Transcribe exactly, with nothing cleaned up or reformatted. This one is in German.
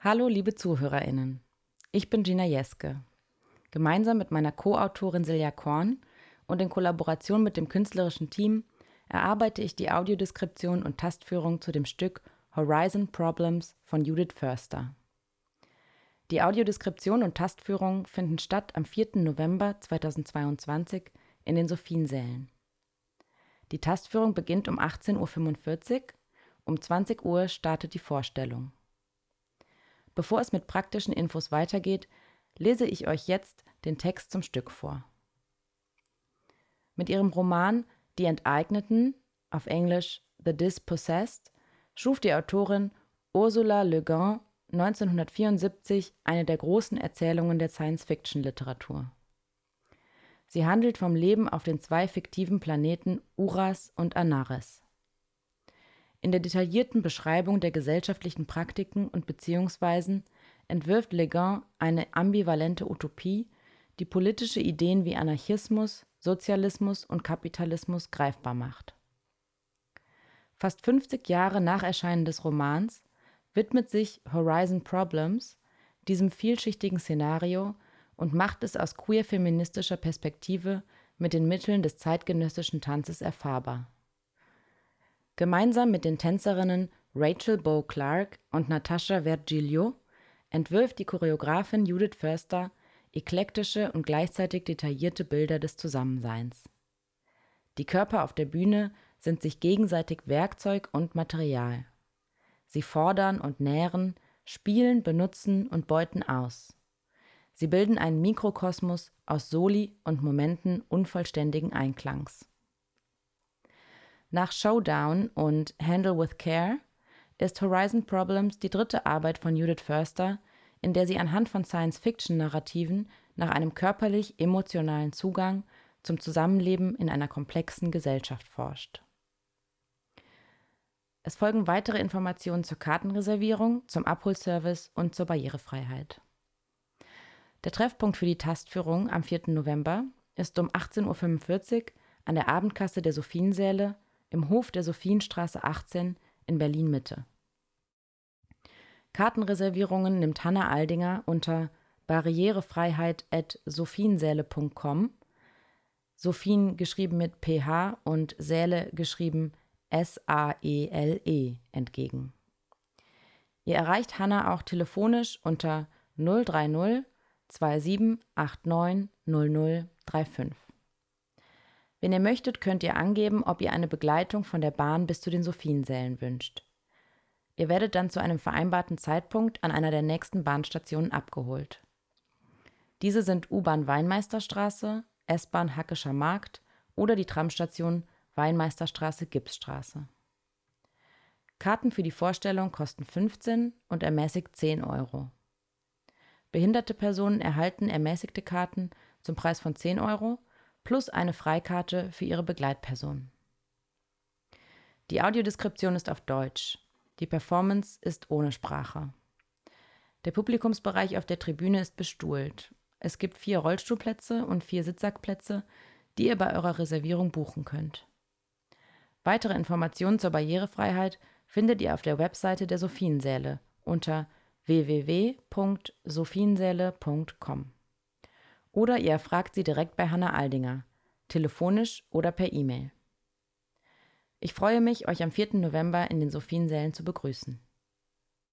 Hallo liebe ZuhörerInnen, ich bin Gina Jeske. Gemeinsam mit meiner Co-Autorin Silja Korn und in Kollaboration mit dem künstlerischen Team erarbeite ich die Audiodeskription und Tastführung zu dem Stück Horizon Problems von Judith Förster. Die Audiodeskription und Tastführung finden statt am vierten November zweitausendzweiundzwanzig in den Sophiensälen. Die Tastführung beginnt um achtzehn Uhr fünfundvierzig, um zwanzig Uhr startet die Vorstellung. Bevor es mit praktischen Infos weitergeht, lese ich euch jetzt den Text zum Stück vor. Mit ihrem Roman Die Enteigneten, auf Englisch The Dispossessed, schuf die Autorin Ursula Le Guin neunzehnhundertvierundsiebzig eine der großen Erzählungen der Science-Fiction-Literatur. Sie handelt vom Leben auf den zwei fiktiven Planeten Uras und Anaris. In der detaillierten Beschreibung der gesellschaftlichen Praktiken und Beziehungsweisen entwirft Le Guin eine ambivalente Utopie, die politische Ideen wie Anarchismus, Sozialismus und Kapitalismus greifbar macht. Fast fünfzig Jahre nach Erscheinen des Romans widmet sich Horizon Problems diesem vielschichtigen Szenario und macht es aus queer-feministischer Perspektive mit den Mitteln des zeitgenössischen Tanzes erfahrbar. Gemeinsam mit den Tänzerinnen Rachel Bow Clark und Natasha Vergilio entwirft die Choreografin Judith Förster eklektische und gleichzeitig detaillierte Bilder des Zusammenseins. Die Körper auf der Bühne sind sich gegenseitig Werkzeug und Material. Sie fordern und nähren, spielen, benutzen und beuten aus. Sie bilden einen Mikrokosmos aus Soli und Momenten unvollständigen Einklangs. Nach Showdown und Handle with Care ist Horizon Problems die dritte Arbeit von Judith Förster, in der sie anhand von Science-Fiction-Narrativen nach einem körperlich-emotionalen Zugang zum Zusammenleben in einer komplexen Gesellschaft forscht. Es folgen weitere Informationen zur Kartenreservierung, zum Abholservice und zur Barrierefreiheit. Der Treffpunkt für die Tastführung am vierten November ist um achtzehn Uhr fünfundvierzig an der Abendkasse der Sophiensäle im Hof der Sophienstraße achtzehn in Berlin-Mitte. Kartenreservierungen nimmt Hanna Aldinger unter barrierefreiheit at sophiensäle punkt com, Sophien geschrieben mit P H und Säle geschrieben S A E L E entgegen. Ihr erreicht Hanna auch telefonisch unter null drei null zwei sieben acht neun null null drei fünf. Wenn ihr möchtet, könnt ihr angeben, ob ihr eine Begleitung von der Bahn bis zu den Sophiensälen wünscht. Ihr werdet dann zu einem vereinbarten Zeitpunkt an einer der nächsten Bahnstationen abgeholt. Diese sind U-Bahn Weinmeisterstraße, S-Bahn Hackescher Markt oder die Tramstation Weinmeisterstraße-Gipsstraße. Karten für die Vorstellung kosten fünfzehn und ermäßigt zehn Euro. Behinderte Personen erhalten ermäßigte Karten zum Preis von zehn Euro plus eine Freikarte für ihre Begleitperson. Die Audiodeskription ist auf Deutsch. Die Performance ist ohne Sprache. Der Publikumsbereich auf der Tribüne ist bestuhlt. Es gibt vier Rollstuhlplätze und vier Sitzsackplätze, die ihr bei eurer Reservierung buchen könnt. Weitere Informationen zur Barrierefreiheit findet ihr auf der Webseite der Sophiensäle unter w w w punkt sophiensäle punkt com. Oder ihr erfragt sie direkt bei Hanna Aldinger, telefonisch oder per E-Mail. Ich freue mich, euch am vierten November in den Sophiensälen zu begrüßen.